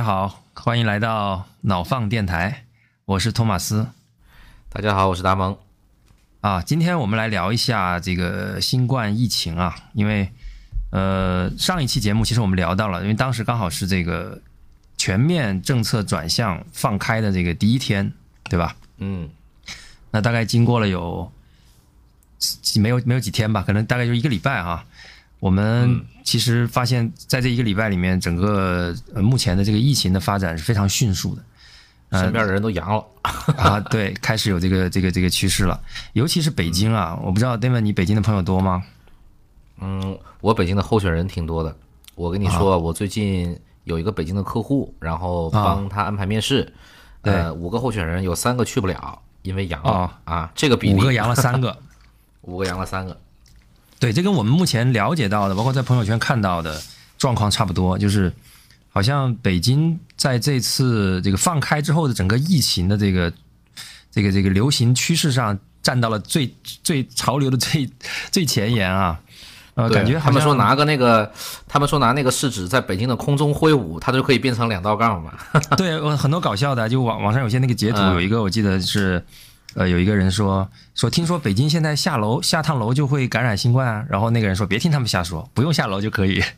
家好，欢迎来到脑放电台，我是托马斯。 大家好，我是达蒙。 今天我们来聊一下这个新冠疫情啊，因为上一期节目其实我们聊到了，因为当时刚好是这个全面政策转向放开的这个第一天，对吧？那大概经过了有没有几天吧，可能大概就1个礼拜啊。我们其实发现在这1个礼拜里面，整个目前的这个疫情的发展是非常迅速的。 身边的人都阳了对，开始有这个趋势了。尤其是北京啊，我不知道 David 你北京的朋友多吗？ 我北京的候选人挺多的。我跟你说，我最近有一个北京的客户，然后帮他安排面试。5个候选人有3个去不了，因为阳了这个比例 5个阳了3个 ，5个阳了3个。 对，这跟我们目前了解到的，包括在朋友圈看到的状况差不多，就是好像北京在这次这个放开之后的整个疫情的这个流行趋势上站到了最潮流的最前沿啊。感觉他们说拿那个试纸在北京的空中挥舞，它就可以变成2道杠嘛。 对，很多搞笑的，就网上有些那个截图，有一个我记得是。有一个人说听说北京现在下趟楼就会感染新冠啊，然后那个人说别听他们瞎说，不用下楼就可以。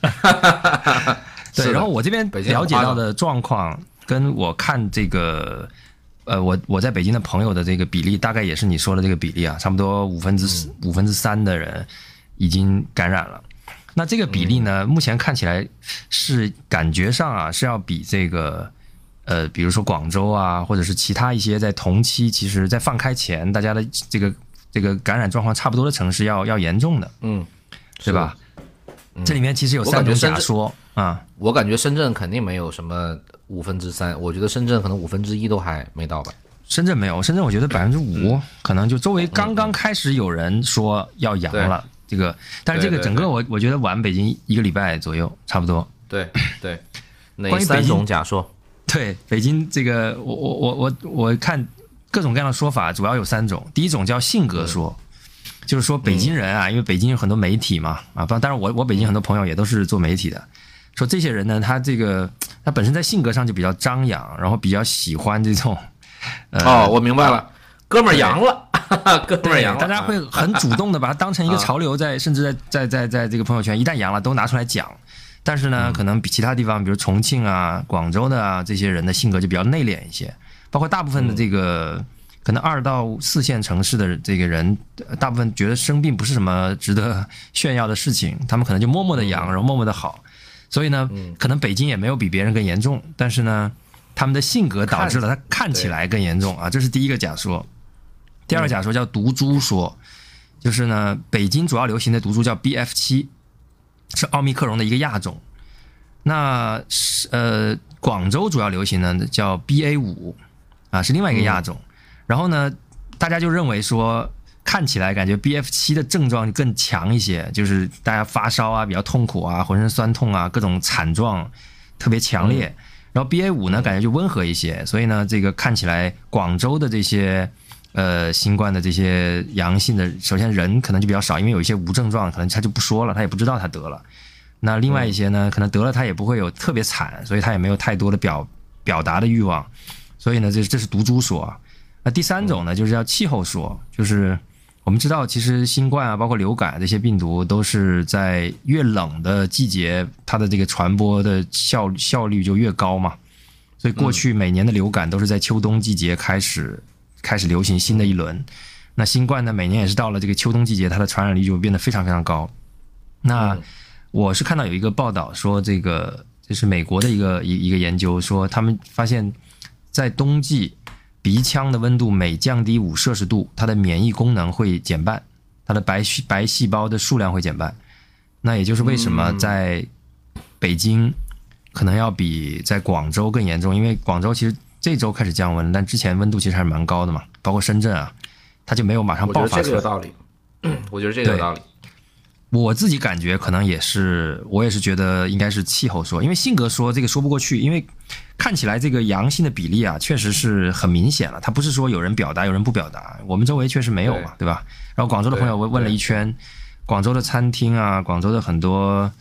对，然后我这边了解到的状况跟我看这个我在北京的朋友的这个比例大概也是你说的这个比例啊，差不多3%的人已经感染了。那这个比例呢，目前看起来是感觉上啊是要比这个比如说广州啊，或者是其他一些在同期其实在放开前大家的这个感染状况差不多的城市要严重的，对吧？这里面其实有3种假说啊。 我感觉深圳肯定没有什么3%，我觉得深圳可能1/5都还没到吧。 深圳没有，深圳我觉得5%，可能就周围刚刚开始有人说要阳了，这个，但是这个整个我觉得晚北京1个礼拜左右差不多。 对，哪3种假说？ 对，北京这个我看各种各样的说法，主要有3种。第一种叫性格说，就是说北京人啊，因为北京有很多媒体嘛，当然我北京很多朋友也都是做媒体的，说这些人呢，他本身在性格上就比较张扬，然后比较喜欢这种我明白了，哥们儿阳了，哥们儿阳了， 大家会很主动的把它当成一个潮流，甚至在这个朋友圈一旦阳了都拿出来讲。但是呢，可能比其他地方，比如重庆啊、广州的啊，这些人的性格就比较内敛一些。包括大部分的这个可能2到4线城市的这个人，大部分觉得生病不是什么值得炫耀的事情，他们可能就默默的阳，然后默默的好。所以呢，可能北京也没有比别人更严重，但是呢，他们的性格导致了他看起来更严重啊，这是第一个假说。第2个假说叫毒株说，就是呢，北京主要流行的毒株叫 BF7。是奥密克戎的一个亚种。那广州主要流行的叫 BA5 是另外一个亚种。然后呢，大家就认为说，看起来感觉 BF7 的症状更强一些，就是大家发烧啊，比较痛苦啊，浑身酸痛啊，各种惨状特别强烈。然后 BA5 呢，感觉就温和一些。所以呢，这个看起来广州的这些新冠的这些阳性的，首先人可能就比较少，因为有一些无症状，可能他就不说了，他也不知道他得了。那另外一些呢，可能得了他也不会有特别惨，所以他也没有太多的表达的欲望。所以呢，这是毒株说。那第3种呢，就是叫气候说，就是我们知道，其实新冠啊，包括流感这些病毒，都是在越冷的季节，它的这个传播的效率就越高嘛。所以过去每年的流感都是在秋冬季节开始流行新的一轮。那新冠呢，每年也是到了这个秋冬季节，它的传染力就变得非常非常高。那我是看到有一个报道说，这是美国的一个研究，说他们发现，在冬季鼻腔的温度每降低5摄氏度，它的免疫功能会减半，它的白细胞的数量会减半。那也就是为什么在北京可能要比在广州更严重，因为广州其实这周开始降温，但之前温度其实还是蛮高的嘛，包括深圳啊，它就没有马上爆发出来。 我觉得这个有道理，我觉得这个有道理。 我自己感觉可能我也是觉得应该是气候说，因为性格说这个说不过去，因为看起来这个阳性的比例啊，确实是很明显了，它不是说有人表达有人不表达，我们周围确实没有嘛，对吧？然后广州的朋友问了一圈，广州的餐厅啊，广州的很多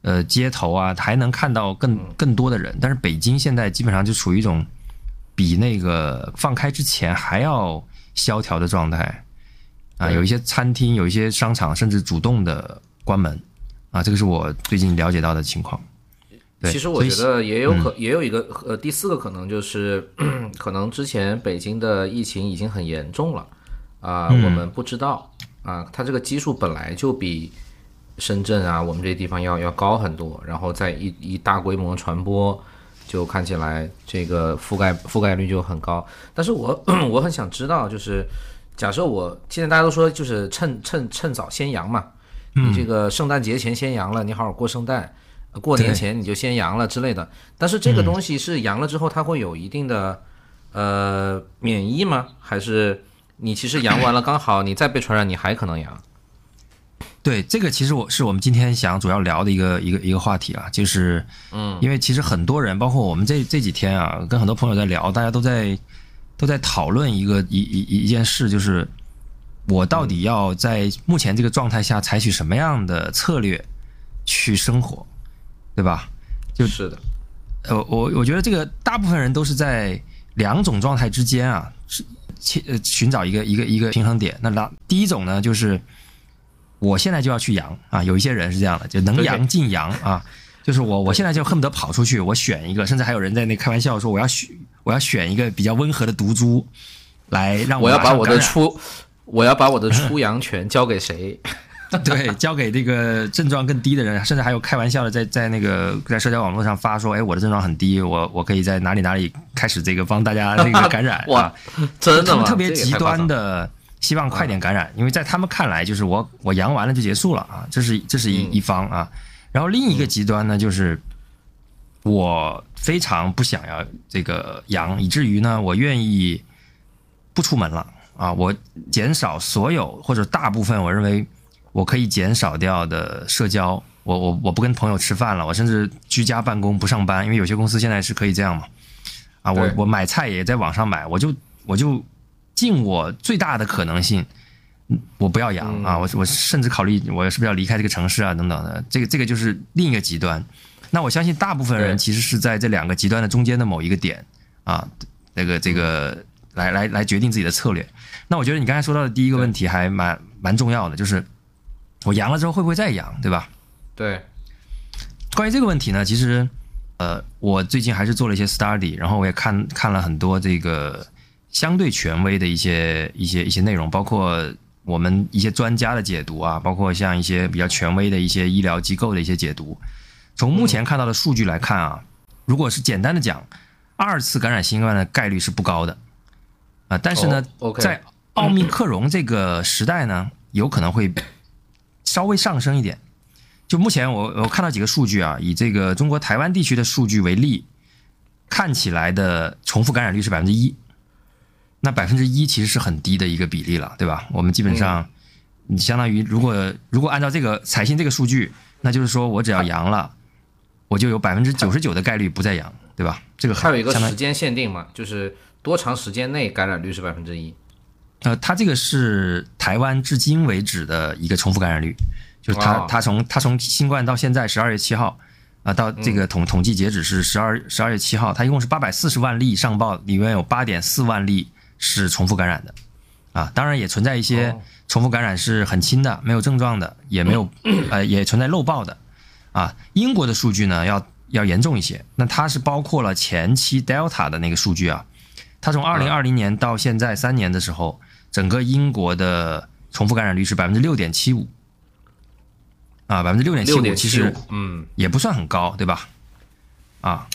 街头啊，还能看到更多的人。但是北京现在基本上就处于一种比那个放开之前还要萧条的状态啊，有一些餐厅、有一些商场甚至主动的关门啊，这个是我最近了解到的情况。 其实我觉得也有一个第四个可能就是可能之前北京的疫情已经很严重了啊，我们不知道啊，它这个基数本来就比深圳啊我们这些地方要高很多，然后在一大规模传播，就看起来这个覆盖率就很高。但是我很想知道，就是假设我现在大家都说就是趁早先阳嘛，你这个圣诞节前先阳了，你好好过圣诞。过年前你就先阳了之类的，但是这个东西是阳了之后它会有一定的免疫吗？还是你其实阳完了刚好你再被传染你还可能阳？ 对，这个其实我们今天想主要聊的一个话题啊，就是因为其实很多人包括我们这几天啊，跟很多朋友在聊，大家都在讨论一件事，就是我到底要在目前这个状态下采取什么样的策略去生活。对吧？ 就是的， 我觉得这个大部分人都是在两种状态之间啊，寻找一个平衡点。那第一种呢，就是我现在就要去阳啊，有一些人是这样的，就能阳尽阳啊，就是我现在就恨不得跑出去，我选一个，甚至还有人在那开玩笑说我要选一个比较温和的毒株来让我要把我的出阳权交给谁？ 对，交给这个症状更低的人，甚至还有开玩笑的在社交网络上发说，哎，我的症状很低，我可以在哪里开始这个帮大家这个感染哇，真的吗？ 他们特别极端的希望快点感染，因为在他们看来就是我阳完了就结束了啊，这是一方啊。然后另一个极端呢，就是我非常不想要这个阳，以至于呢我愿意不出门了啊，我减少所有或者大部分我认为我可以减少掉的社交，我不跟朋友吃饭了，我甚至居家办公不上班，因为有些公司现在是可以这样嘛。啊，我买菜也在网上买，我就尽我最大的可能性，我不要阳啊，我甚至考虑我是不是要离开这个城市啊等等的，这个就是另一个极端。那我相信大部分人其实是在这两个极端的中间的某一个点啊，这个来决定自己的策略。那我觉得你刚才说到的第一个问题还蛮重要的，就是我阳了之后会不会再阳，对吧？ 对。 关于这个问题呢，其实我最近还是做了一些 study， 然后我也看了很多这个相对权威的一些内容，包括我们一些专家的解读啊，包括像一些比较权威的一些医疗机构的一些解读。从目前看到的数据来看啊，如果是简单的讲，二次感染新冠的概率是不高的啊，但是呢，在奥密克戎这个时代呢，有可能会稍微上升一点。就目前我看到几个数据啊，以这个中国台湾地区的数据为例，看起来的重复感染率是 1%， 那 1% 其实是很低的一个比例了，对吧？我们基本上你相当于如果按照这个采信这个数据，那就是说我只要阳了，我就有 99% 的概率不再阳，对吧？这个还有一个时间限定嘛，就是多长时间内感染率是 1%。 它这个是台湾至今为止的一个重复感染率，就是它从新冠到现在12月7号啊，到这个统计截止是12月7号，它一共是840万例上报，里面有 8.4 万例是重复感染的啊，当然也存在一些重复感染是很轻的，没有症状的，也没有也存在漏报的啊。英国的数据呢要严重一些，那它是包括了前期 Delta 的那个数据啊，它从2020年到现在3年的时候，整个英国的重复感染率是 6.75%。啊，6.75%其实也不算很高，对吧？啊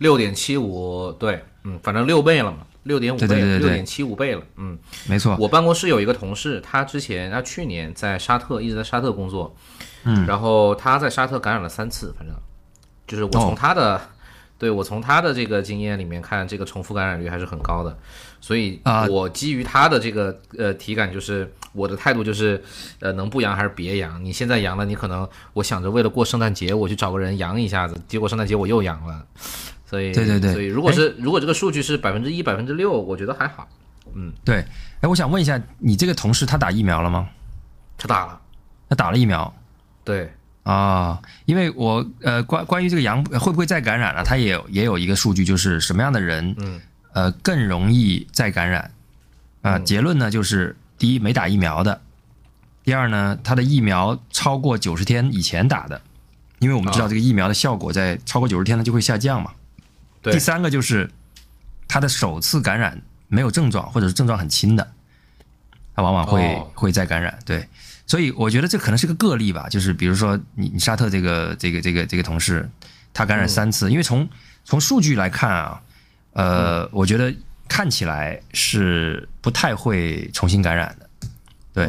，6.75%对，反正6倍了嘛，6.5倍，6.75倍了， 没错。 我办公室有一个同事，他去年在沙特一直在沙特工作，然后他在沙特感染了3次，反正就是我从他的。对，我从他的这个经验里面看，这个重复感染率还是很高的，所以我基于他的这个体感，就是我的态度就是能不阳还是别阳。你现在阳了，你可能我想着为了过圣诞节，我去找个人阳一下子，结果圣诞节我又阳了，所以对， 所以如果这个数据是1%、6%，我觉得还好。 对，我想问一下，你这个同事他打疫苗了吗？ 他打了， 他打了疫苗。 对， 因为我关于这个阳会不会再感染呢？它也有一个数据，就是什么样的人更容易再感染结论呢就是第一没打疫苗的，第二呢他的疫苗超过90天以前打的，因为我们知道这个疫苗的效果在超过90天呢就会下降嘛。 对。 第三个就是他的首次感染没有症状或者是症状很轻的，他往往会再感染。对。所以我觉得这可能是个个例吧，就是比如说你沙特这个同事，他感染3次，因为从数据来看啊，我觉得看起来是不太会重新感染的。对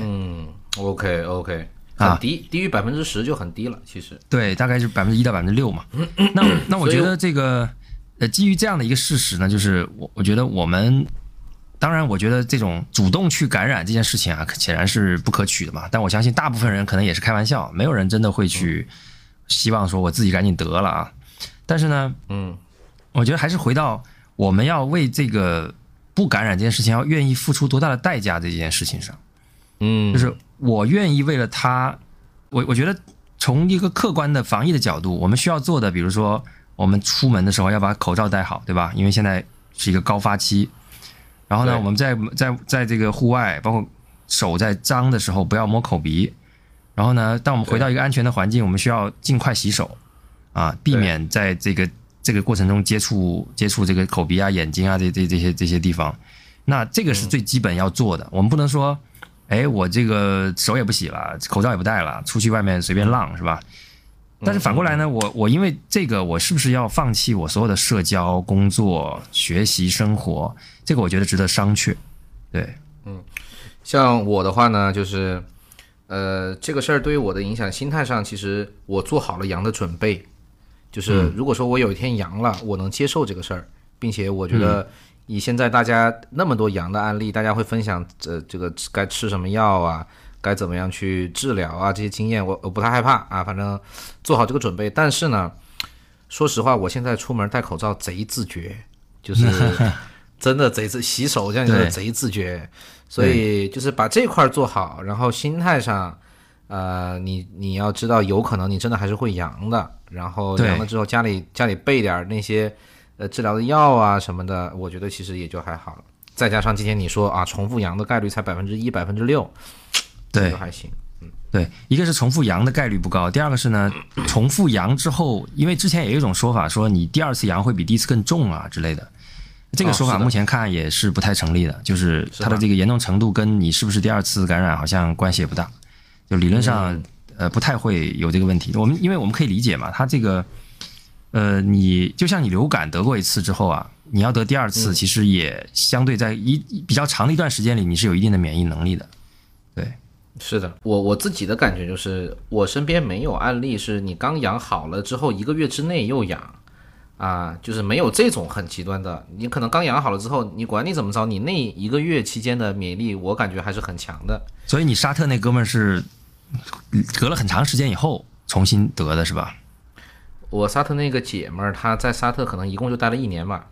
，OK， 很低，低于10%就很低了，其实。 对，大概是1%到6%嘛。那我觉得这个基于这样的一个事实呢，就是我觉得我们。当然我觉得这种主动去感染这件事情啊显然是不可取的嘛，但我相信大部分人可能也是开玩笑，没有人真的会去希望说我自己赶紧得了啊。但是呢我觉得还是回到我们要为这个不感染这件事情要愿意付出多大的代价这件事情上。就是我愿意为了他，我觉得从一个客观的防疫的角度，我们需要做的，比如说我们出门的时候要把口罩戴好，对吧？因为现在是一个高发期。然后呢，我们在这个户外，包括手在脏的时候不要摸口鼻。然后呢，当我们回到一个安全的环境，我们需要尽快洗手避免在这个过程中接触这个口鼻啊、眼睛啊这些地方。那这个是最基本要做的。我们不能说，我这个手也不洗了，口罩也不戴了，出去外面随便浪，是吧？但是反过来呢，我因为这个，我是不是要放弃我所有的社交、工作、学习、生活？这个我觉得值得商榷。对， 像我的话呢，就是这个事儿对于我的影响，心态上其实我做好了阳的准备，就是如果说我有一天阳了，我能接受这个事儿，并且我觉得以现在大家那么多阳的案例，大家会分享这个该吃什么药啊。该怎么样去治疗啊？这些经验我不太害怕啊，反正做好这个准备。但是呢，说实话，我现在出门戴口罩贼自觉，就是真的贼洗手这样子贼自觉。所以就是把这块做好，然后心态上，你要知道，有可能你真的还是会阳的。然后阳了之后，家里备点那些治疗的药啊什么的，我觉得其实也就还好了。再加上今天你说啊，重复阳的概率才1%、6%。 对， 还行。 对，一个是重复阳的概率不高，第二个是呢，重复阳之后，因为之前也有一种说法说你第二次阳会比第一次更重啊之类的，这个说法目前看也是不太成立的，就是它的这个严重程度跟你是不是第二次感染好像关系也不大，就理论上不太会有这个问题。因为我们可以理解嘛，它这个你就像你流感得过一次之后啊，你要得第二次，其实也相对在比较长的一段时间里，你是有一定的免疫能力的。对， 是的，我自己的感觉就是，我身边没有案例是你刚阳好了之后1个月之内又阳啊，就是没有这种很极端的。你可能刚阳好了之后，你管你怎么着，你那1个月期间的免疫力，我感觉还是很强的。 所以你沙特那哥们儿是隔了很长时间以后重新得的是吧？ 我沙特那个姐们儿，她在沙特可能一共就待了1年吧。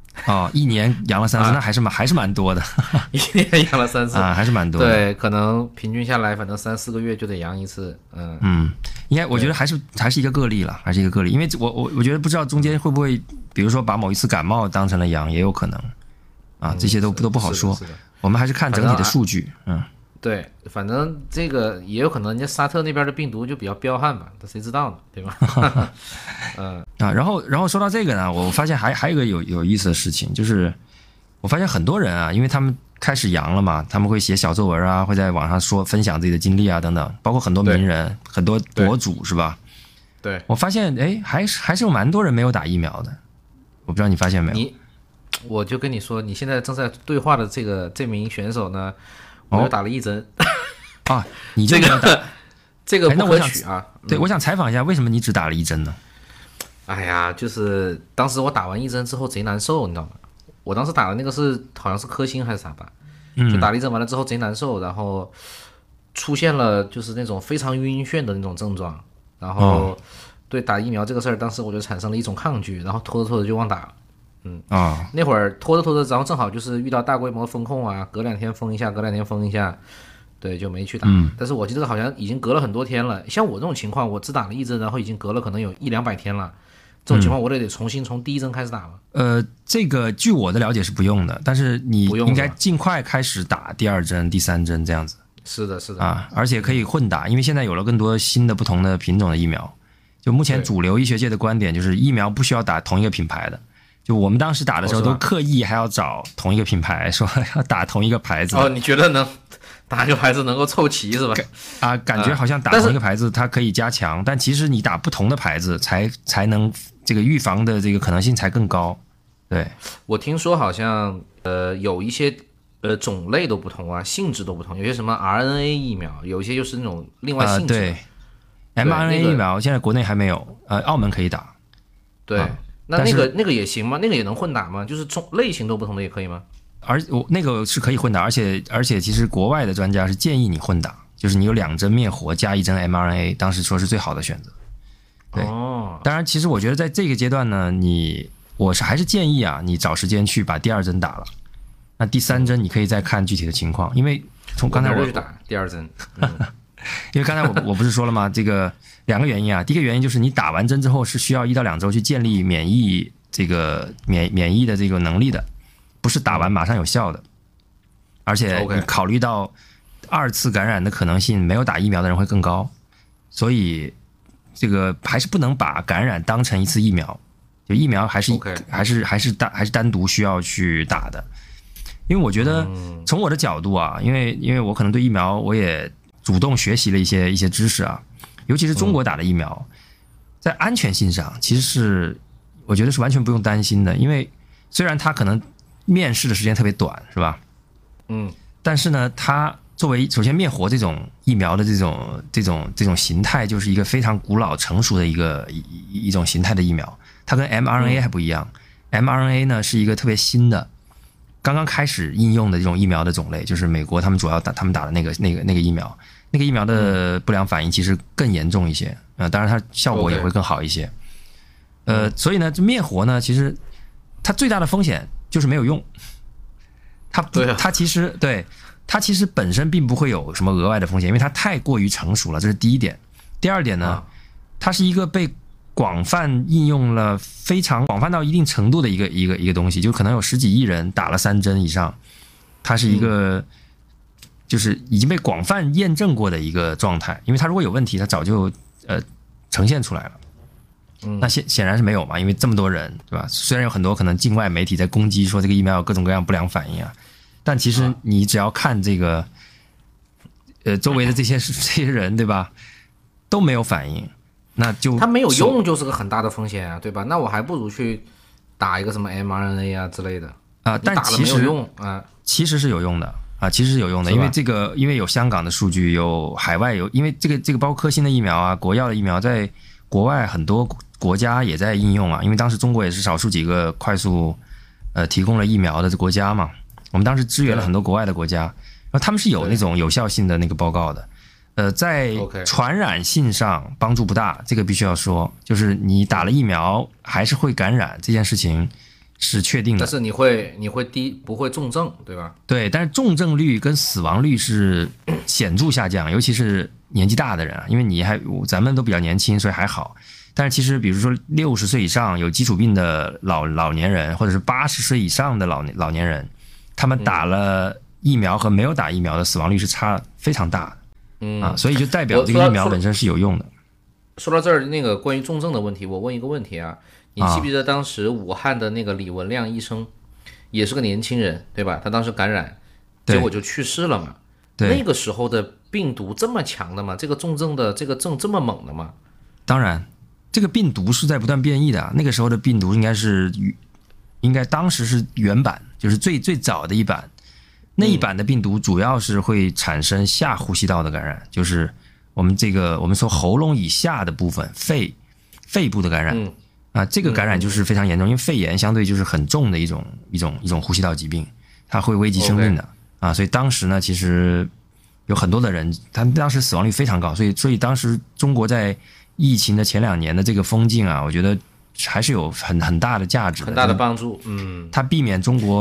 1年阳了3次，那还是蛮多的。 1年阳了3次还是蛮多的。 对，可能平均下来，反正3、4个月就得阳一次。 应该我觉得还是一个个例了，还是一个个例。因为我觉得不知道中间会不会，比如说把某一次感冒当成了阳，也有可能这些都不好说。我们还是看整体的数据。 对，反正这个也有可能，人家沙特那边的病毒就比较彪悍吧，谁知道呢，对吧？ 然后说到这个呢，我发现还有一个有意思的事情，就是我发现很多人啊，因为他们开始阳了嘛，他们会写小作文啊，会在网上分享自己的经历啊等等，包括很多名人、很多博主是吧？ 对， 我发现还是有蛮多人没有打疫苗的，我不知道你发现没有？ 我就跟你说，你现在正在对话的这名选手呢。我又打了1针你这个这个不可取啊！ 对，我想采访一下，为什么你只打了1针呢？ 哎呀，就是当时我打完1针之后贼难受，你知道吗？我当时打的那个好像是科兴还是啥吧，就打了1针完了之后贼难受，然后出现了就是那种非常晕眩的那种症状，然后对打疫苗这个事儿，当时我就产生了一种抗拒，然后拖着就忘打了。那会儿拖着，然后正好就是遇到大规模封控啊，隔2天封一下，隔2天封一下， 对，就没去打。但是我记得好像已经隔了很多天了。像我这种情况，我只打了一针，然后已经隔了可能有100-200天了。这种情况我得重新从第一针开始打吗？ 这个据我的了解是不用的，但是你应该尽快开始打第2针、第3针这样子。 是的，是的啊，而且可以混打，因为现在有了更多新的不同的品种的疫苗。就目前主流医学界的观点就是疫苗不需要打同一个品牌的。就我们当时打的时候都刻意还要找同一个品牌，说要打同一个牌子。 你觉得能打一个牌子能够凑齐是吧？ 感觉好像打同一个牌子它可以加强，但其实你打不同的牌子才能这个预防的这个可能性才更高。对，我听说好像有一些种类都不同啊，性质都不同，有些什么 RNA 疫苗，有一些又是那种另外性质的。 对 mRNA 疫苗现在国内还没有，澳门可以打。 对。那个也行吗？那个也能混打吗？就是类型都不同的也可以吗？ 那个是可以混打，而且其实国外的专家是建议你混打，就是你有2针灭活加1针 mRNA， 当时说是最好的选择。对，当然其实我觉得在这个阶段呢，我还是建议啊，你找时间去把第2针打了。那第3针你可以再看具体的情况，因为从刚才我去打第2针， 因为刚才我不是说了吗？这个2个原因啊，第一个原因就是你打完针之后是需要1到2周去建立免疫的这个能力的，不是打完马上有效的。而且你考虑到2次感染的可能性，没有打疫苗的人会更高，所以这个还是不能把感染当成一次疫苗，就疫苗还是单独需要去打的。因为我觉得从我的角度啊，因为我可能对疫苗我也主动学习了一些知识啊，尤其是中国打的疫苗，在安全性上其实我觉得是完全不用担心的，因为虽然它可能面试的时间特别短，是吧？但是呢，它作为首先灭活这种疫苗的这种形态，就是一个非常古老成熟的一种形态的疫苗，它跟 mRNA 还不一样。mRNA 呢是一个特别新的，刚刚开始应用的这种疫苗的种类，就是美国他们主要他们打的那个疫苗。那个疫苗的不良反应其实更严重一些，当然它效果也会更好一些。所以呢，这灭活呢，其实它最大的风险就是没有用。它其实本身并不会有什么额外的风险，因为它太过于成熟了，这是第一点。第二点呢，它是一个被广泛应用了非常广泛到一定程度的一个东西，就可能有10几亿人打了3针以上，它是一个。就是已经被广泛验证过的一个状态，因为它如果有问题，它早就呈现出来了。那显然是没有嘛，因为这么多人，对吧？虽然有很多可能境外媒体在攻击说这个疫苗有各种各样不良反应啊，但其实你只要看这个周围的这些人，对吧，都没有反应，那就它没有用就是个很大的风险啊，对吧？那我还不如去打一个什么 mRNA 啊之类的啊，但其实其实是有用的。其实是有用的，因为有香港的数据，有海外有，因为这个包括科兴的疫苗啊，国药的疫苗，在国外很多国家也在应用啊。因为当时中国也是少数几个快速提供了疫苗的国家嘛，我们当时支援了很多国外的国家，然后他们是有那种有效性的那个报告的。在传染性上帮助不大，这个必须要说，就是你打了疫苗还是会感染这件事情。是确定的， 但是你会不会重症，对吧？ 对，但是重症率跟死亡率是显著下降，尤其是年纪大的人啊，因为咱们都比较年轻，所以还好。但是其实比如说60岁以上有基础病的老年人，或者是80岁以上的老年人，他们打了疫苗和没有打疫苗的死亡率是差非常大的。所以就代表这个疫苗本身是有用的。 说到这儿，那个关于重症的问题，我问一个问题啊。你记不记得当时武汉的那个李文亮医生，也是个年轻人，对吧？他当时感染，结果就去世了嘛。那个时候的病毒这么强的吗？这个重症的这个症这么猛的吗？ 当然，这个病毒是在不断变异的。那个时候的病毒应该当时是原版，就是最早的一版。那一版的病毒主要是会产生下呼吸道的感染，就是我们说喉咙以下的部分，肺部的感染。这个感染就是非常严重，因为肺炎相对就是很重的一种呼吸道疾病，它会危及生命的。所以当时呢，其实有很多的人，他们当时死亡率非常高，所以当时中国在疫情的前2年的这个封禁啊，我觉得还是有很大的价值的， 很大的帮助。 它避免中国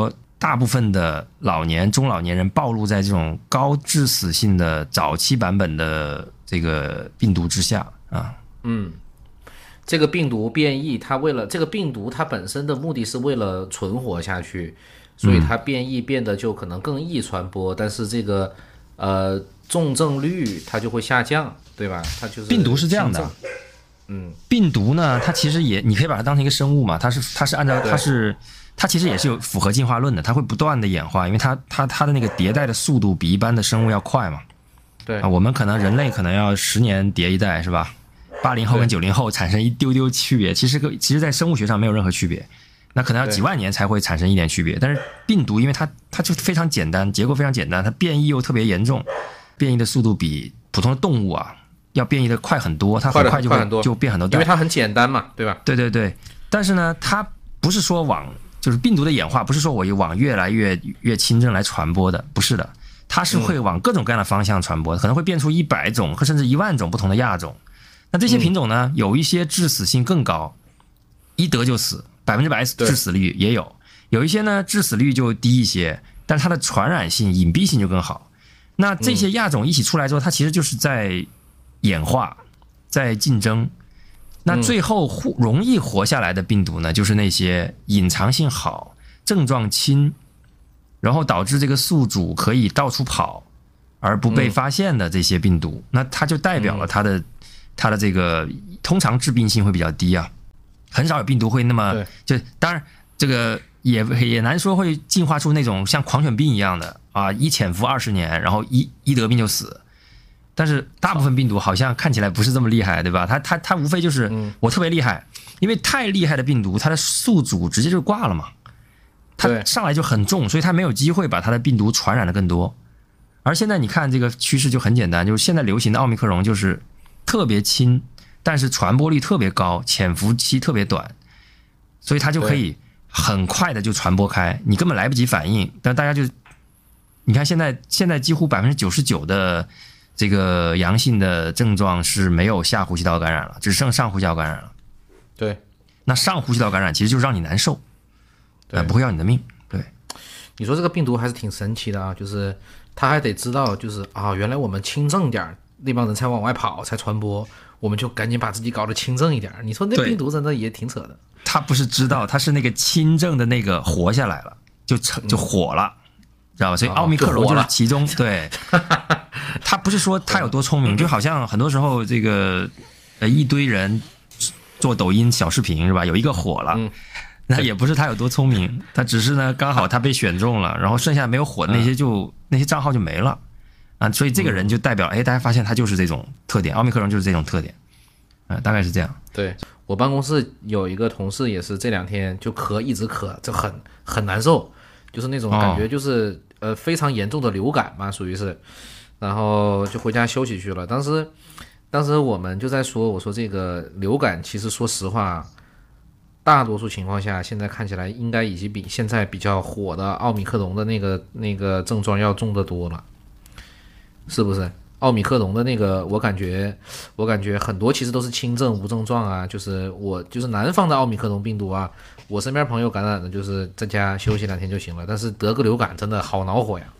大部分的中老年人暴露在这种高致死性的早期版本的这个病毒之下啊。 这个病毒变异，它为了这个病毒它本身的目的是为了存活下去，所以它变异变得就可能更易传播，但是这个重症率它就会下降，对吧？它就是病毒是这样的。病毒呢，它其实你可以把它当成一个生物嘛，它是按照它其实也是有符合进化论的，它会不断的演化，因为它的那个迭代的速度比一般的生物要快嘛。 对啊，我们人类可能要10年迭一代是吧？80后跟90后产生一丢丢区别，其实在生物学上没有任何区别，那可能要几万年才会产生一点区别。但是病毒因为它就非常简单，结构非常简单，它变异又特别严重，变异的速度比普通的动物啊要变异的快很多，它很快就变很多代， 因为它很简单嘛，对吧？ 对对对，但是呢，它不是说就是病毒的演化，不是说我往越来越轻症来传播的，不是的，它是会往各种各样的方向传播的，可能会变出100种甚至1万种不同的亚种。那这些品种呢，有一些致死性更高，一得就死，100%致死率也有；有一些呢致死率就低一些，但是它的传染性、隐蔽性就更好。那这些亚种一起出来之后，它其实就是在演化，在竞争。那最后容易活下来的病毒呢，就是那些隐藏性好、症状轻，然后导致这个宿主可以到处跑而不被发现的这些病毒。那它就代表了它的这个通常致病性会比较低啊，很少有病毒会那么就当然这个也难说会进化出那种像狂犬病一样的啊，一潜伏20年，然后一得病就死。但是大部分病毒好像看起来不是这么厉害，对吧？它无非就是我特别厉害，因为太厉害的病毒，它的宿主直接就挂了嘛，它上来就很重，所以它没有机会把它的病毒传染的更多。而现在你看这个趋势就很简单，就是现在流行的奥密克戎就是特别轻，但是传播率特别高，潜伏期特别短，所以它就可以很快的就传播开，你根本来不及反应。但大家就你看现在几乎99%的这个阳性的症状是没有下呼吸道感染了，只剩上呼吸道感染了。 对， 那上呼吸道感染其实就是让你难受，不会要你的命。对， 你说这个病毒还是挺神奇的啊，就是他还得知道，就是啊，原来我们轻症点那帮人才往外跑才传播，我们就赶紧把自己搞得轻症一点。你说那病毒真的也挺扯的。 他不是知道，他是那个轻症的那个活下来了，就火了。知道吧？所以奥密克戎就是其中对，他不是说他有多聪明，就好像很多时候这个一堆人做抖音小视频是吧？有一个火了，那也不是他有多聪明，他只是呢刚好他被选中了，然后剩下没有火的那些账号就没了啊，所以这个人就代表大家发现他就是这种特点，奥密克戎就是这种特点，大概是这样。 对，我办公室有一个同事也是这2天就一直咳，就很难受。就是那种感觉，就是非常严重的流感嘛，属于是，然后就回家休息去了。当时我们就在说，我说这个流感其实说实话，大多数情况下现在看起来应该已经比现在比较火的奥密克戎的那个症状要重得多了，是不是？奥密克戎的那个，我感觉很多其实都是轻症无症状啊，就是南方的奥密克戎病毒啊，我身边朋友感染的就是在家休息2天就行了，但是得个流感真的好恼火呀。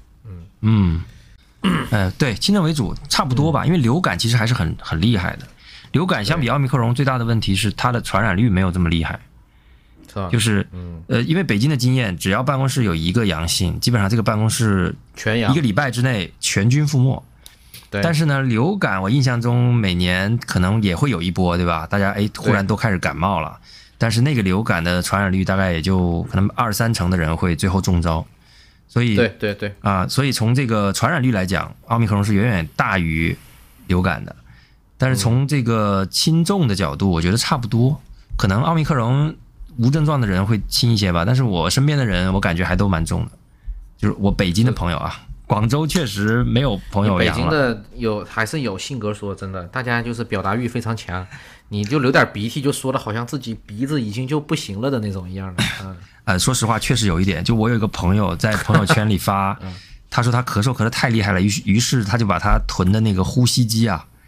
对，轻症为主差不多吧，因为流感其实还是很厉害的。流感相比奥密克戎最大的问题是它的传染率没有这么厉害，就是因为北京的经验，只要办公室有一个阳性，基本上这个办公室全阳， 1个礼拜之内全军覆没。但是呢，流感我印象中每年可能也会有一波，对吧？大家忽然都开始感冒了，但是那个流感的传染率大概也就可能2-3成的人会最后中招，所以对啊，所以从这个传染率来讲，奥密克戎是远远大于流感的。但是从这个轻重的角度，我觉得差不多，可能奥密克戎无症状的人会轻一些吧，但是我身边的人我感觉还都蛮重的，就是我北京的朋友啊。广州确实没有朋友阳了。 北京的还是有性格说，真的，大家就是表达欲非常强，你就流点鼻涕就说的好像自己鼻子已经就不行了的那种一样的。 说实话确实有一点，就我有一个朋友在朋友圈里发，他说他咳嗽咳得太厉害了，于是他就把他囤的那个呼吸机啊，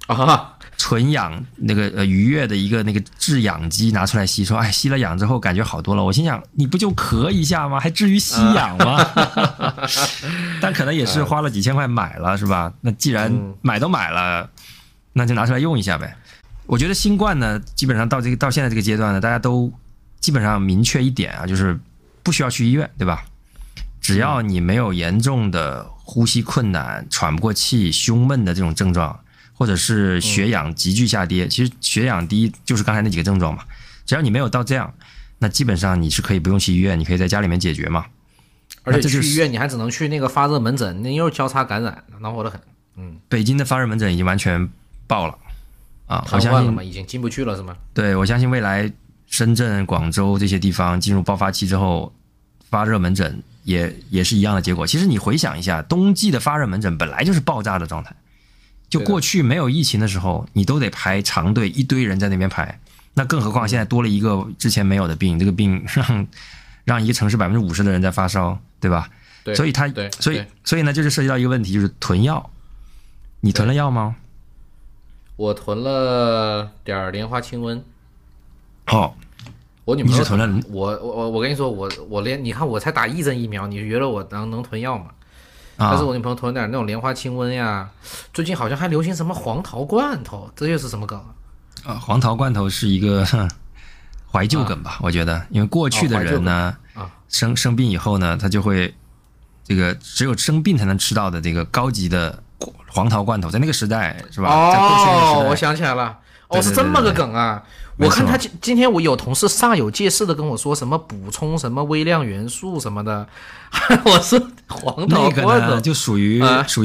啊， 纯氧那个愉悦的一个那个制氧机拿出来吸，说哎吸了氧之后感觉好多了。我心想你不就咳一下吗？还至于吸氧吗？但可能也是花了几千块买了是吧？那既然买都买了，那就拿出来用一下呗。我觉得新冠呢，基本上到现在这个阶段呢，大家都基本上明确一点啊，就是不需要去医院，对吧？只要你没有严重的呼吸困难、喘不过气、胸闷的这种症状，或者是血氧急剧下跌，其实血氧低就是刚才那几个症状嘛。只要你没有到这样，那基本上你是可以不用去医院，你可以在家里面解决嘛。 而且去医院你还只能去那个发热门诊，那又是交叉感染，恼火得很。 北京的发热门诊已经完全爆了啊！ 瘫痪了嘛，已经进不去了是吗？ 对，我相信未来深圳、广州这些地方进入爆发期之后，发热门诊也是一样的结果。其实你回想一下，冬季的发热门诊本来就是爆炸的状态。就过去没有疫情的时候，你都得排长队，一堆人在那边排，那更何况现在多了一个之前没有的病，这个病让一个城市50%的人在发烧，对吧？ 对， 所以所以呢，这就涉及到一个问题，就是囤药。你囤了药吗？ 我囤了点莲花清瘟。 哦， 我女朋友你是囤了？ 我跟你说，我连你看我才打1针疫苗，你觉得我能囤药吗？但是我女朋友囤点那种莲花清瘟呀，最近好像还流行什么黄桃罐头，这又是什么梗啊？ 黄桃罐头是一个怀旧梗吧，我觉得，因为过去的人呢，生病以后呢，他就会这个只有生病才能吃到的这个高级的黄桃罐头，在那个时代是吧？ 哦，我想起来了，是这么个梗啊！我看他今天我有同事煞有介事的跟我说什么补充什么微量元素什么的，我说黄桃罐头就属于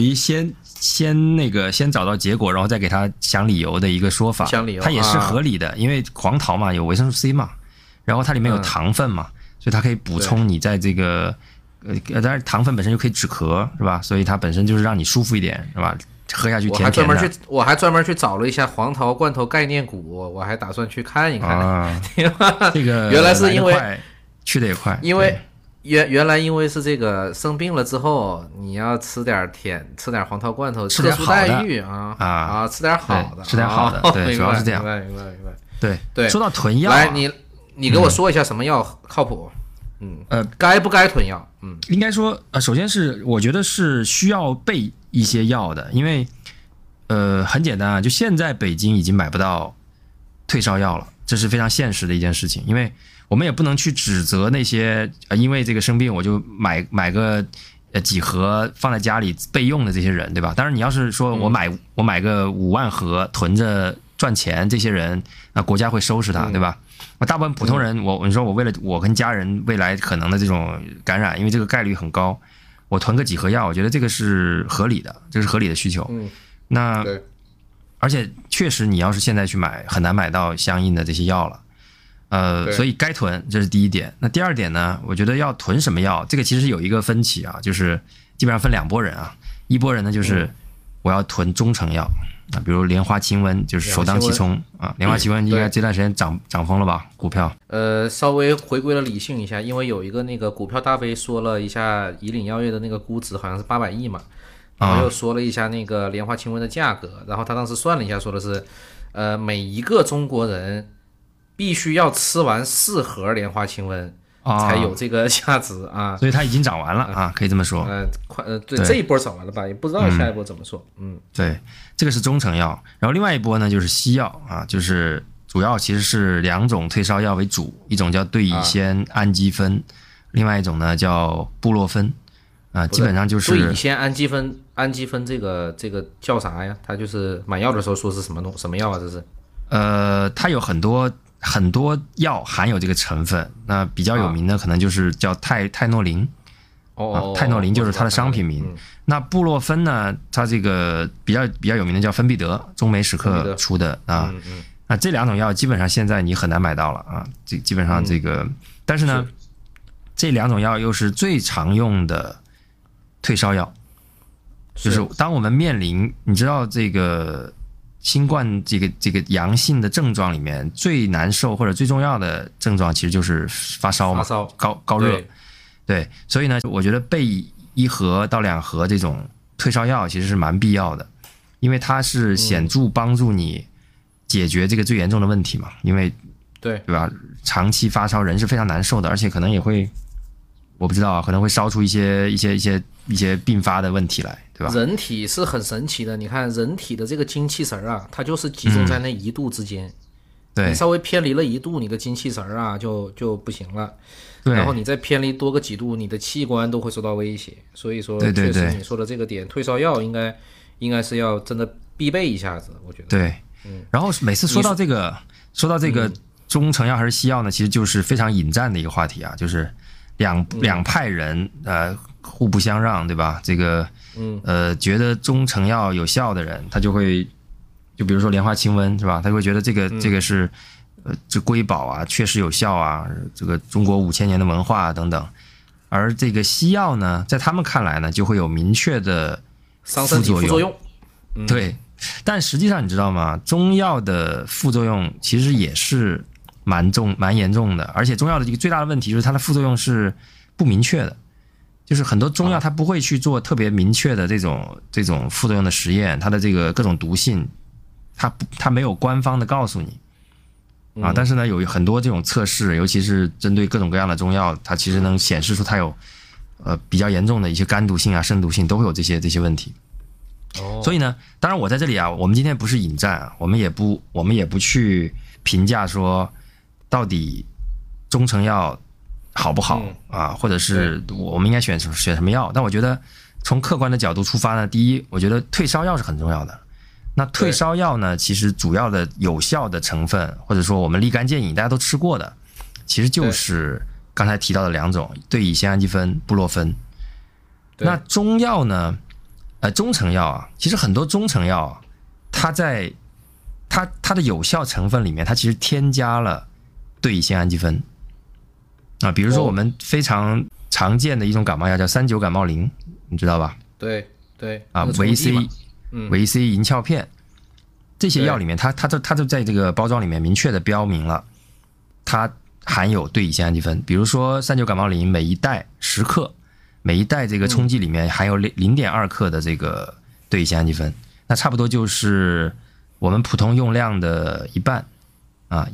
先找到结果，然后再给他想理由的一个说法，它也是合理的，因为黄桃嘛有维生素 C 嘛，然后它里面有糖分嘛，所以它可以补充你在这个当然糖分本身就可以止咳是吧？所以它本身就是让你舒服一点是吧？喝下去甜甜的。 我还专门去找了一下黄桃罐头概念股，我还打算去看一看。 这个原来是因为去的也快， 因为原来因为是这个生病了之后，你要吃点甜，吃点黄桃罐头， 吃点好的待遇啊，吃点好的， 吃点好的，对，主要是这样。 明白。 对，说到囤药， 来你给我说一下什么药靠谱？该不该囤药？ 应该说首先是我觉得是需要备一些药的，因为很简单啊，就现在北京已经买不到退烧药了，这是非常现实的一件事情。因为我们也不能去指责那些因为这个生病我就买个几盒放在家里备用的这些人，对吧？当然你要是说我买个5万盒囤着赚钱，这些人那国家会收拾他，对吧？大部分普通人，我说我为了我跟家人未来可能的这种感染，因为这个概率很高，我囤个几盒药，我觉得这个是合理的，这是合理的需求。那而且确实你要是现在去买，很难买到相应的这些药了。所以该囤，这是第一点。那第二点呢，我觉得要囤什么药，这个其实有一个分歧啊，就是基本上分2拨人啊。一拨人呢就是我要囤中成药啊，比如莲花清瘟就是首当其冲啊。莲花清瘟应该这段时间涨疯了吧股票？ 稍微回归了理性一下，因为有一个那个股票大 V 说了一下以岭药业的那个估值好像是800亿嘛，然后又说了一下那个莲花清瘟的价格，然后他当时算了一下，说的是每一个中国人必须要吃完4盒莲花清瘟才有这个价值啊， 所以它已经涨完了啊，可以这么说。 对，这一波涨完了吧，也不知道下一波怎么说。 对，这个是中成药，然后另外一波呢就是西药啊，就是主要其实是2种退烧药为主，一种叫对乙酰氨基酚，另外一种呢叫布洛芬啊，基本上就是对乙酰氨基酚这个叫啥呀？它就是买药的时候说是什么药啊？这是它有很多药含有这个成分，那比较有名的可能就是叫泰诺林。泰诺林就是它的商品名。那布洛芬呢，它这个比较有名的叫芬必得，中美史克出的啊。那这2种药基本上现在你很难买到了啊，基本上这个，但是呢，这2种药又是最常用的退烧药，就是当我们面临，你知道这个新冠这个阳性的症状里面最难受或者最重要的症状其实就是发烧嘛，高热。对，所以呢，我觉得备1盒到2盒这种退烧药其实是蛮必要的。 因为它是显著帮助你解决这个最严重的问题嘛，因为对吧？长期发烧人是非常难受的，而且可能也会，我不知道啊，可能会烧出一些并发的问题来，对吧？ 人体是很神奇的，你看人体的这个精气神啊，它就是集中在那1度之间。 对， 你稍微偏离了1度，你的精气神啊就不行了。 对， 然后你再偏离多个几度，你的器官都会受到威胁。所以说， 对确实你说的这个点，退烧药应该是要真的必备一下子，我觉得。 对，然后每次说到这个中成药还是西药呢，其实就是非常引战的一个话题啊，就是两派人互不相让，对吧？这个觉得中成药有效的人，他就会就比如说莲花清瘟是吧？他会觉得这个是这瑰宝啊，确实有效啊，这个中国5000年的文化啊等等。而这个西药呢，在他们看来呢，就会有明确的伤身体副作用。 对，但实际上你知道吗？中药的副作用其实也是蛮严重的，而且中药的一个最大的问题就是它的副作用是不明确的，就是很多中药它不会去做特别明确的这种副作用的实验，它的这个各种毒性，它没有官方的告诉你啊。但是呢，有很多这种测试，尤其是针对各种各样的中药，它其实能显示出它有比较严重的一些肝毒性啊、肾毒性，都会有这些问题。所以呢，当然我在这里啊，我们今天不是引战啊，我们也不去评价说到底中成药好不好啊，或者是我们应该选什么药。但我觉得从客观的角度出发呢，第一，我觉得退烧药是很重要的。那退烧药呢，其实主要的有效的成分，或者说我们立竿见影大家都吃过的，其实就是刚才提到的2种，对乙酰氨基酚、布洛芬。那中药呢，中成药啊，其实很多中成药它在它的有效成分里面，它其实添加了对乙酰氨基酚啊，比如说我们非常常见的一种感冒药叫39感冒灵，你知道吧？ 对啊，维 C 银翘片，这些药里面，它就在这个包装里面明确的标明了，它含有对乙酰氨基酚。比如说39感冒灵每一袋10克，每一袋这个冲剂里面含有0.2克的这个对乙酰氨基酚，那差不多就是我们普通用量的一半啊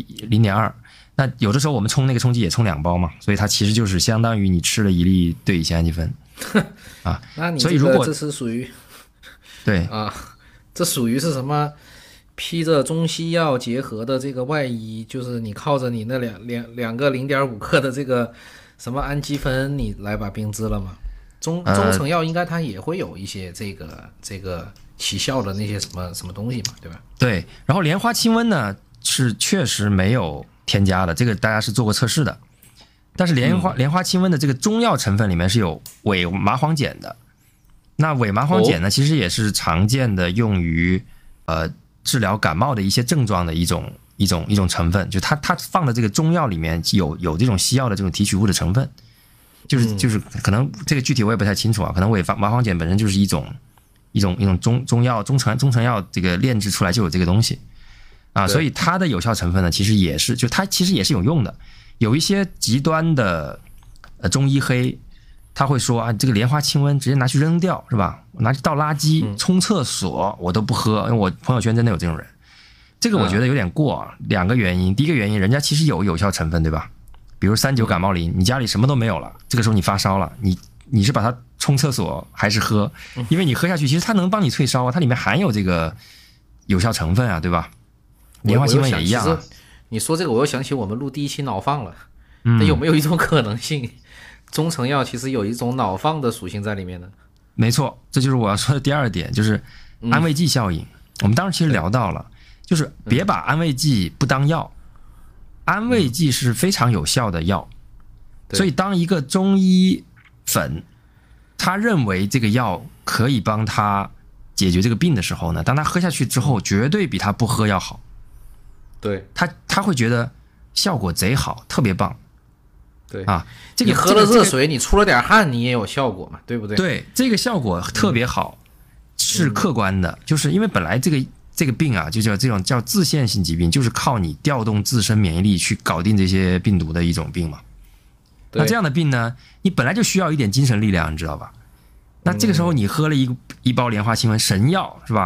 ，0.2。那有的时候我们冲那个冲剂也冲2包嘛，所以它其实就是相当于你吃了1粒对乙酰氨基酚啊。 那你所以如果这是属于对啊，这属于是什么？披着中西药结合的这个外衣，就是你靠着你那两个0.5克的这个什么氨基酚，你来把病治了吗？中成药应该它也会有一些这个起效的那些什么东西嘛，对吧？对。 然后莲花清瘟呢是确实没有添加的，这个大家是做过测试的。但是莲花清瘟的这个中药成分里面是有伪麻黄碱的。那伪麻黄碱呢，其实也是常见的用于治疗感冒的一些症状的一种成分，就它放的这个中药里面有这种西药的这种提取物的成分，就是可能这个具体我也不太清楚啊，可能伪麻黄碱本身就是一种中药中成药这个炼制出来就有这个东西啊，所以它的有效成分呢，其实也是就它其实也是有用的。有一些极端的中医黑，他会说啊，这个莲花清瘟直接拿去扔掉是吧？拿去倒垃圾、冲厕所我都不喝，因为我朋友圈真的有这种人。这个我觉得有点过啊。2个原因，第一个原因，人家其实有效成分对吧？比如39感冒灵，你家里什么都没有了，这个时候你发烧了，你是把它冲厕所还是喝？因为你喝下去，其实它能帮你退烧啊，它里面含有这个有效成分啊，对吧？莲花清瘟也一样啊。 你说这个，我又想起我们录第1期脑放了。那有没有一种可能性，中成药其实有一种脑放的属性在里面呢？ 没错，这就是我要说的第2点，就是安慰剂效应。我们当时其实聊到了，就是别把安慰剂不当药，安慰剂是非常有效的药。所以当一个中医粉他认为这个药可以帮他解决这个病的时候呢，当他喝下去之后，绝对比他不喝要好。 对， 他会觉得效果贼好，特别棒。 对啊，这个你喝了热水，你出了点汗，你也有效果嘛，对不对？ 对，这个效果特别好，是客观的，就是因为本来这个病啊，就叫这种叫自限性疾病，就是靠你调动自身免疫力去搞定这些病毒的一种病嘛。那这样的病呢，你本来就需要一点精神力量，你知道吧？那这个时候你喝了一包莲花清瘟，神药是吧？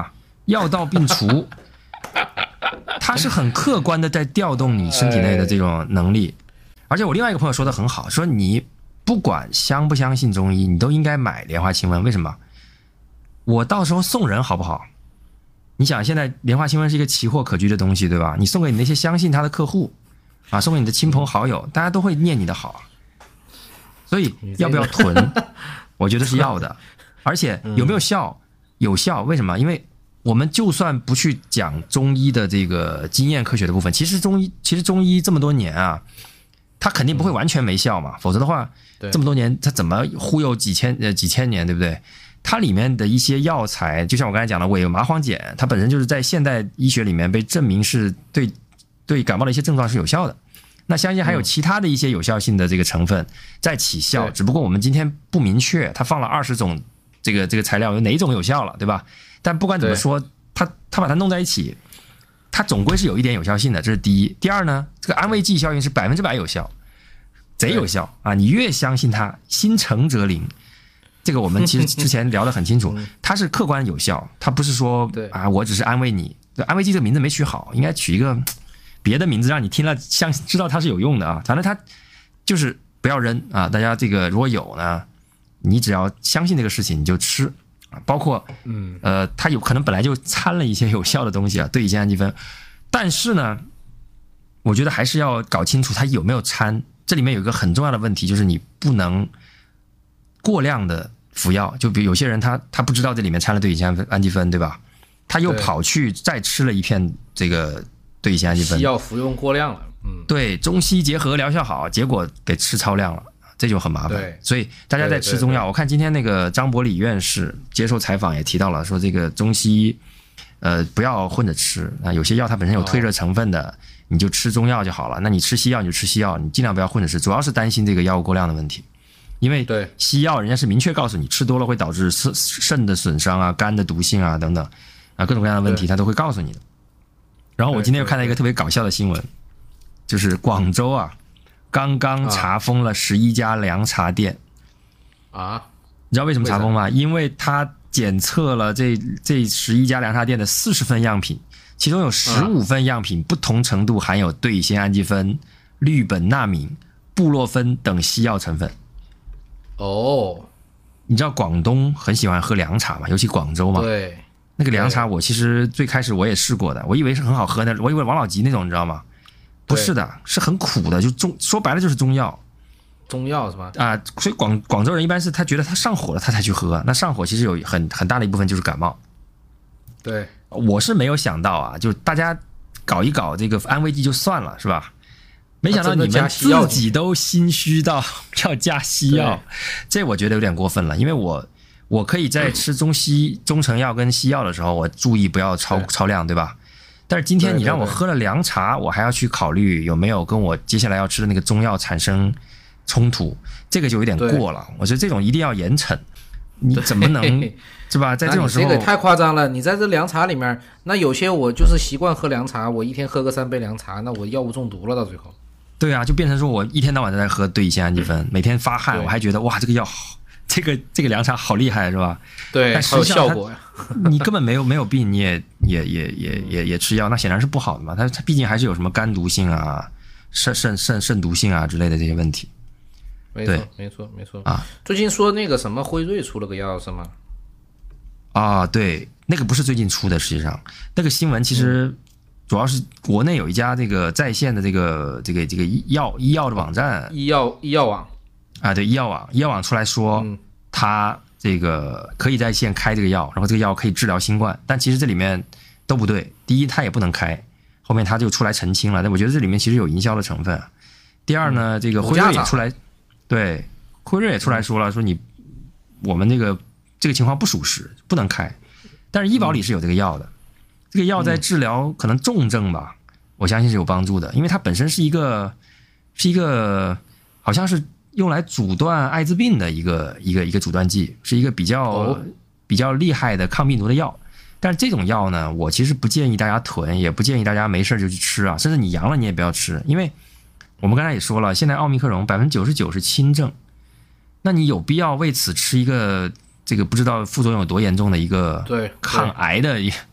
药到病除，它是很客观的在调动你身体内的这种能力。而且我另外一个朋友说的很好，说你不管相不相信中医，你都应该买莲花清瘟。为什么？我到时候送人好不好？你想现在莲花清瘟是一个奇货可居的东西，对吧？你送给你那些相信他的客户啊，送给你的亲朋好友，大家都会念你的好。所以要不要囤？我觉得是要的。而且有没有效？有效。为什么？因为我们就算不去讲中医的这个经验科学的部分，其实中医这么多年啊，它肯定不会完全没效嘛，否则的话，这么多年它怎么忽悠几千年，对不对？它里面的一些药材，就像我刚才讲的伪麻黄碱，它本身就是在现代医学里面被证明是对感冒的一些症状是有效的。那相信还有其他的一些有效性的这个成分在起效，只不过我们今天不明确，它放了20种这个材料有哪一种有效了，对吧？但不管怎么说，它把它弄在一起，它总归是有一点有效性的，这是第一。第二呢，这个安慰剂效应是100%有效，贼有效啊！你越相信它，心诚则灵。这个我们其实之前聊得很清楚，它是客观有效，它不是说啊，我只是安慰你。安慰剂这个名字没取好，应该取一个别的名字，让你听了知道它是有用的啊。反正它就是不要扔啊！大家这个如果有呢，你只要相信这个事情，你就吃。包括它有可能本来就掺了一些有效的东西啊，对乙酰氨基酚。但是呢，我觉得还是要搞清楚它有没有掺。这里面有一个很重要的问题，就是你不能过量的服药。就比如有些人他不知道这里面掺了对乙酰氨基酚，对吧？他又跑去再吃了一片这个对乙酰氨基酚， 西药服用过量了。 对，中西结合疗效好，结果给吃超量了。这就很麻烦，所以大家在吃中药。我看今天那个张伯礼院士接受采访也提到了，说这个中西不要混着吃啊，有些药它本身有退热成分的，你就吃中药就好了。那你吃西药你就吃西药，你尽量不要混着吃，主要是担心这个药物过量的问题。因为西药人家是明确告诉你，吃多了会导致肾的损伤啊、肝的毒性啊等等啊各种各样的问题，他都会告诉你的。然后我今天又看到一个特别搞笑的新闻，就是广州啊。刚刚查封了11家凉茶店啊！ 你知道为什么查封吗？因为他检测了这11家凉茶店的40份样品，其中有15份样品不同程度含有对乙酰氨基酚、氯苯那敏、布洛芬等西药成分。 哦， 你知道广东很喜欢喝凉茶嘛？尤其广州嘛。 对， 那个凉茶我其实最开始我也试过的，我以为是很好喝的，我以为王老吉那种，你知道吗？不是的，是很苦的，就说白了就是中药。 中药是吧？ 啊，所以广州人一般是他觉得他上火了他才去喝，那上火其实有很大的一部分就是感冒。 对， 我是没有想到啊，就大家搞一搞这个安慰剂就算了，是吧？没想到你们自己都心虚到要加西药，这我觉得有点过分了。因为我可以在吃中成药跟西药的时候，我注意不要超量，对吧？但是今天你让我喝了凉茶，我还要去考虑有没有跟我接下来要吃的那个中药产生冲突，这个就有点过了。我觉得这种一定要严惩，你怎么能是吧？在这种时候， 这个太夸张了。你在这凉茶里面，那有些我就是习惯喝凉茶，我一天喝个3杯凉茶，那我药物中毒了到最后。 对啊，就变成说我一天到晚都在喝对乙酰氨基酚，每天发汗，我还觉得哇这个药好。这个凉茶好厉害是吧？ 对， 但实际上效果呀。 你根本没有病，你也吃药，那显然是不好的嘛。它毕竟还是有什么肝毒性啊、肾毒性啊之类的这些问题。 没错啊。最近说那个什么辉瑞出了个药是吗？ 啊，对，那个不是最近出的，实际上那个新闻其实主要是国内有一家这个在线的这个医药的网站，医药网。啊，对，医药网出来说，它这个可以在线开这个药，然后这个药可以治疗新冠，但其实这里面都不对。第一，它也不能开，后面它就出来澄清了。但我觉得这里面其实有营销的成分。第二呢，这个辉瑞也出来，对，辉瑞也出来说了，说我们这个情况不属实，不能开。但是医保里是有这个药的，这个药在治疗可能重症吧，我相信是有帮助的，因为它本身是一个好像是用来阻断艾滋病的一个阻断剂，是一个比较厉害的抗病毒的药。但是这种药呢，我其实不建议大家囤，也不建议大家没事就去吃啊，甚至你阳了你也不要吃，因为我们刚才也说了，现在奥密克戎99%是轻症，那你有必要为此吃一个这个不知道副作用有多严重的一个抗癌的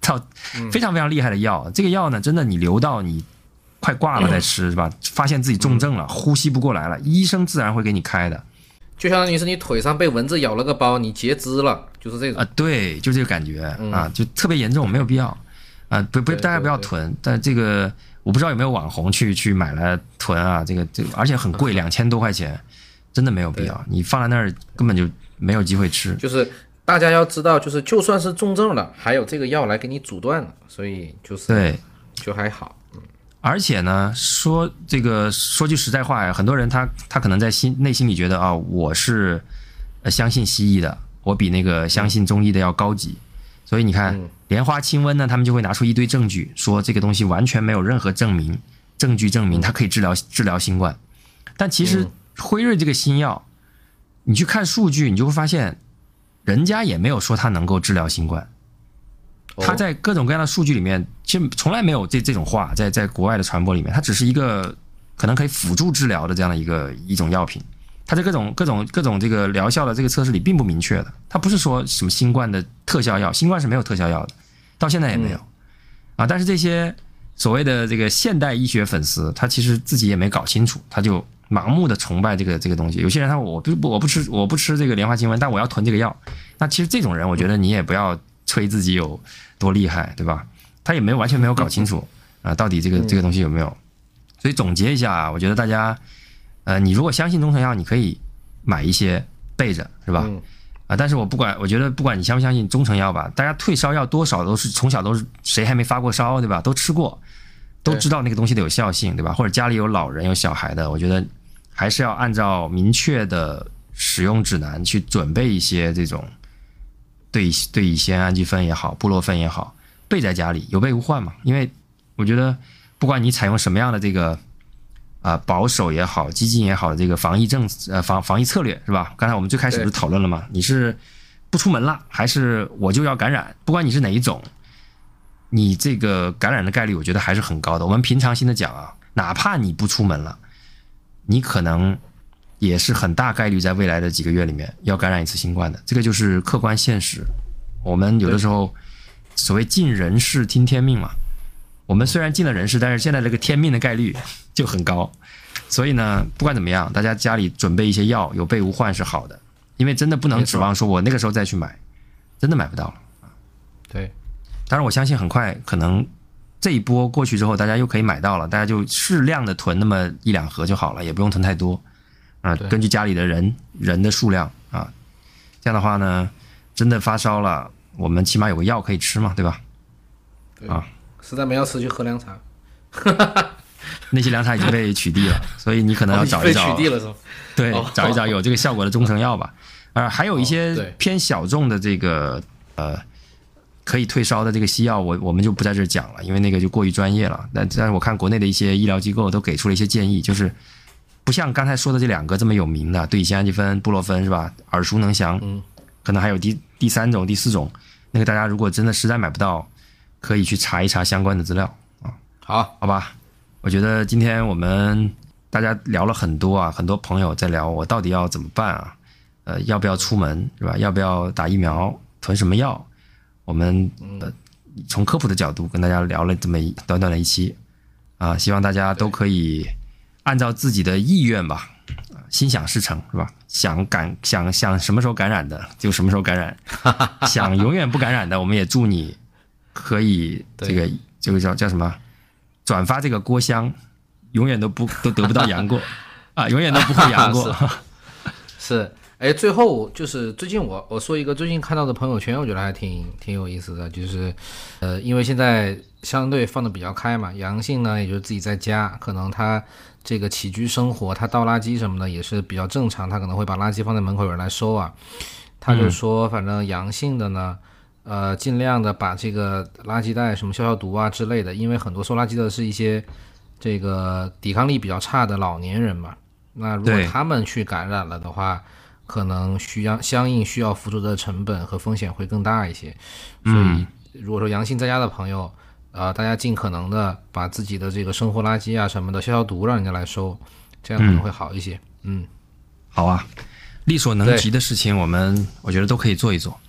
套非常非常厉害的药。这个药呢，真的你留到你快挂了再吃是吧？发现自己重症了，呼吸不过来了，医生自然会给你开的。 就相当于是你腿上被蚊子咬了个包，你截肢了，就是这种对，就这个感觉啊，就特别严重，没有必要啊，大家不要囤。但这个我不知道有没有网红去买来囤啊，这个而且很贵，2000多块钱，真的没有必要。你放在那儿根本就没有机会吃。 就是大家要知道，就是就算是重症了，还有这个药来给你阻断了，所以就是对， 就还好。 而且呢，说句实在话呀，很多人他可能在内心里觉得啊，我是相信西医的，我比那个相信中医的要高级。所以你看，莲花清瘟呢，他们就会拿出一堆证据，说这个东西完全没有任何证据证明它可以治疗新冠。但其实辉瑞这个新药，你去看数据，你就会发现，人家也没有说它能够治疗新冠。它在各种各样的数据里面，其实从来没有这种话在国外的传播里面，它只是一个可能可以辅助治疗的这样的一种药品。它在各种这个疗效的这个测试里并不明确的，它不是说什么新冠的特效药，新冠是没有特效药的，到现在也没有啊。但是这些所谓的这个现代医学粉丝，他其实自己也没搞清楚，他就盲目的崇拜这个东西。有些人我不吃这个莲花清瘟，但我要囤这个药。那其实这种人，我觉得你也不要吹自己有多厉害，对吧？他也完全没有搞清楚啊，到底这个东西有没有。所以总结一下啊，我觉得大家，你如果相信中成药，你可以买一些备着，是吧？但是我觉得不管你相不相信中成药吧，大家退烧药多少都是从小都是谁还没发过烧，对吧？都吃过，都知道那个东西的有效性，对吧？或者家里有老人有小孩的，我觉得还是要按照明确的使用指南去准备一些这种对乙酰氨基酚也好，布洛芬也好，备在家里，有备无患嘛。因为我觉得不管你采用什么样的这个保守也好，激进也好的这个防疫策略，是吧？刚才我们最开始不是讨论了吗？你是不出门了，还是我就要感染？不管你是哪一种，你这个感染的概率，我觉得还是很高的。我们平常心的讲啊，哪怕你不出门了，你可能也是很大概率在未来的几个月里面要感染一次新冠的，这个就是客观现实。我们有的时候所谓尽人事听天命嘛，我们虽然尽了人事，但是现在这个天命的概率就很高。所以呢，不管怎么样，大家家里准备一些药，有备无患是好的，因为真的不能指望说我那个时候再去买，真的买不到了。 对， 当然我相信很快可能这一波过去之后，大家又可以买到了，大家就适量的囤那么1-2盒就好了，也不用囤太多啊。根据家里的人的数量啊，这样的话呢，真的发烧了，我们起码有个药可以吃嘛，对吧？ 对啊，实在没药吃就喝凉茶。 那些凉茶已经被取缔了，所以你可能要找一找， 被取缔了是吧？ 对，找一找有这个效果的中成药吧。还有一些偏小众的这个可以退烧的这个西药，我们就不在这儿讲了，因为那个就过于专业了。但是我看国内的一些医疗机构都给出了一些建议，就是不像刚才说的这2个这么有名的对乙酰氨基酚、布洛芬是吧？耳熟能详。可能还有第3种、第4种，那个大家如果真的实在买不到，可以去查一查相关的资料啊。好吧。我觉得今天我们大家聊了很多啊，很多朋友在聊我到底要怎么办啊？要不要出门是吧？要不要打疫苗？囤什么药？我们从科普的角度跟大家聊了这么短短的一期啊，希望大家都可以按照自己的意愿吧，心想事成是吧？想什么时候感染的就什么时候感染，想永远不感染的，我们也祝你可以这个叫什么？转发这个锅香，永远都得不到杨过啊，永远都不会杨过。 是，最后就是最近我说一个最近看到的朋友圈，我觉得还挺有意思的，就是因为现在相对放的比较开嘛，阳性呢也就是自己在家，可能他这个起居生活，他倒垃圾什么的也是比较正常，他可能会把垃圾放在门口有人来收啊。他就说，反正阳性的呢。尽量的把这个垃圾袋什么消毒啊之类的，因为很多收垃圾的是一些这个抵抗力比较差的老年人嘛，那如果他们去感染了的话，可能相应需要付出的成本和风险会更大一些。所以如果说阳性在家的朋友，大家尽可能的把自己的这个生活垃圾啊什么的消毒，让人家来收，这样可能会好一些。 好啊，力所能及的事情我觉得都可以做一做。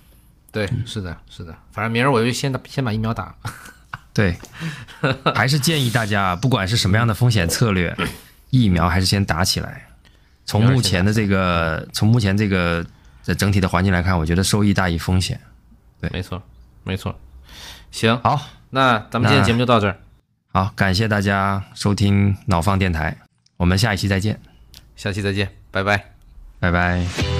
对，是的，是的，反正明儿我就先把疫苗打了。 对，还是建议大家，不管是什么样的风险策略，疫苗还是先打起来。从目前这个整体的环境来看，我觉得收益大于风险。对， 没错，没错。行， 好， 那咱们今天节目就到这儿。 好，感谢大家收听脑放电台，我们下一期再见。 下期再见，拜拜， 拜拜。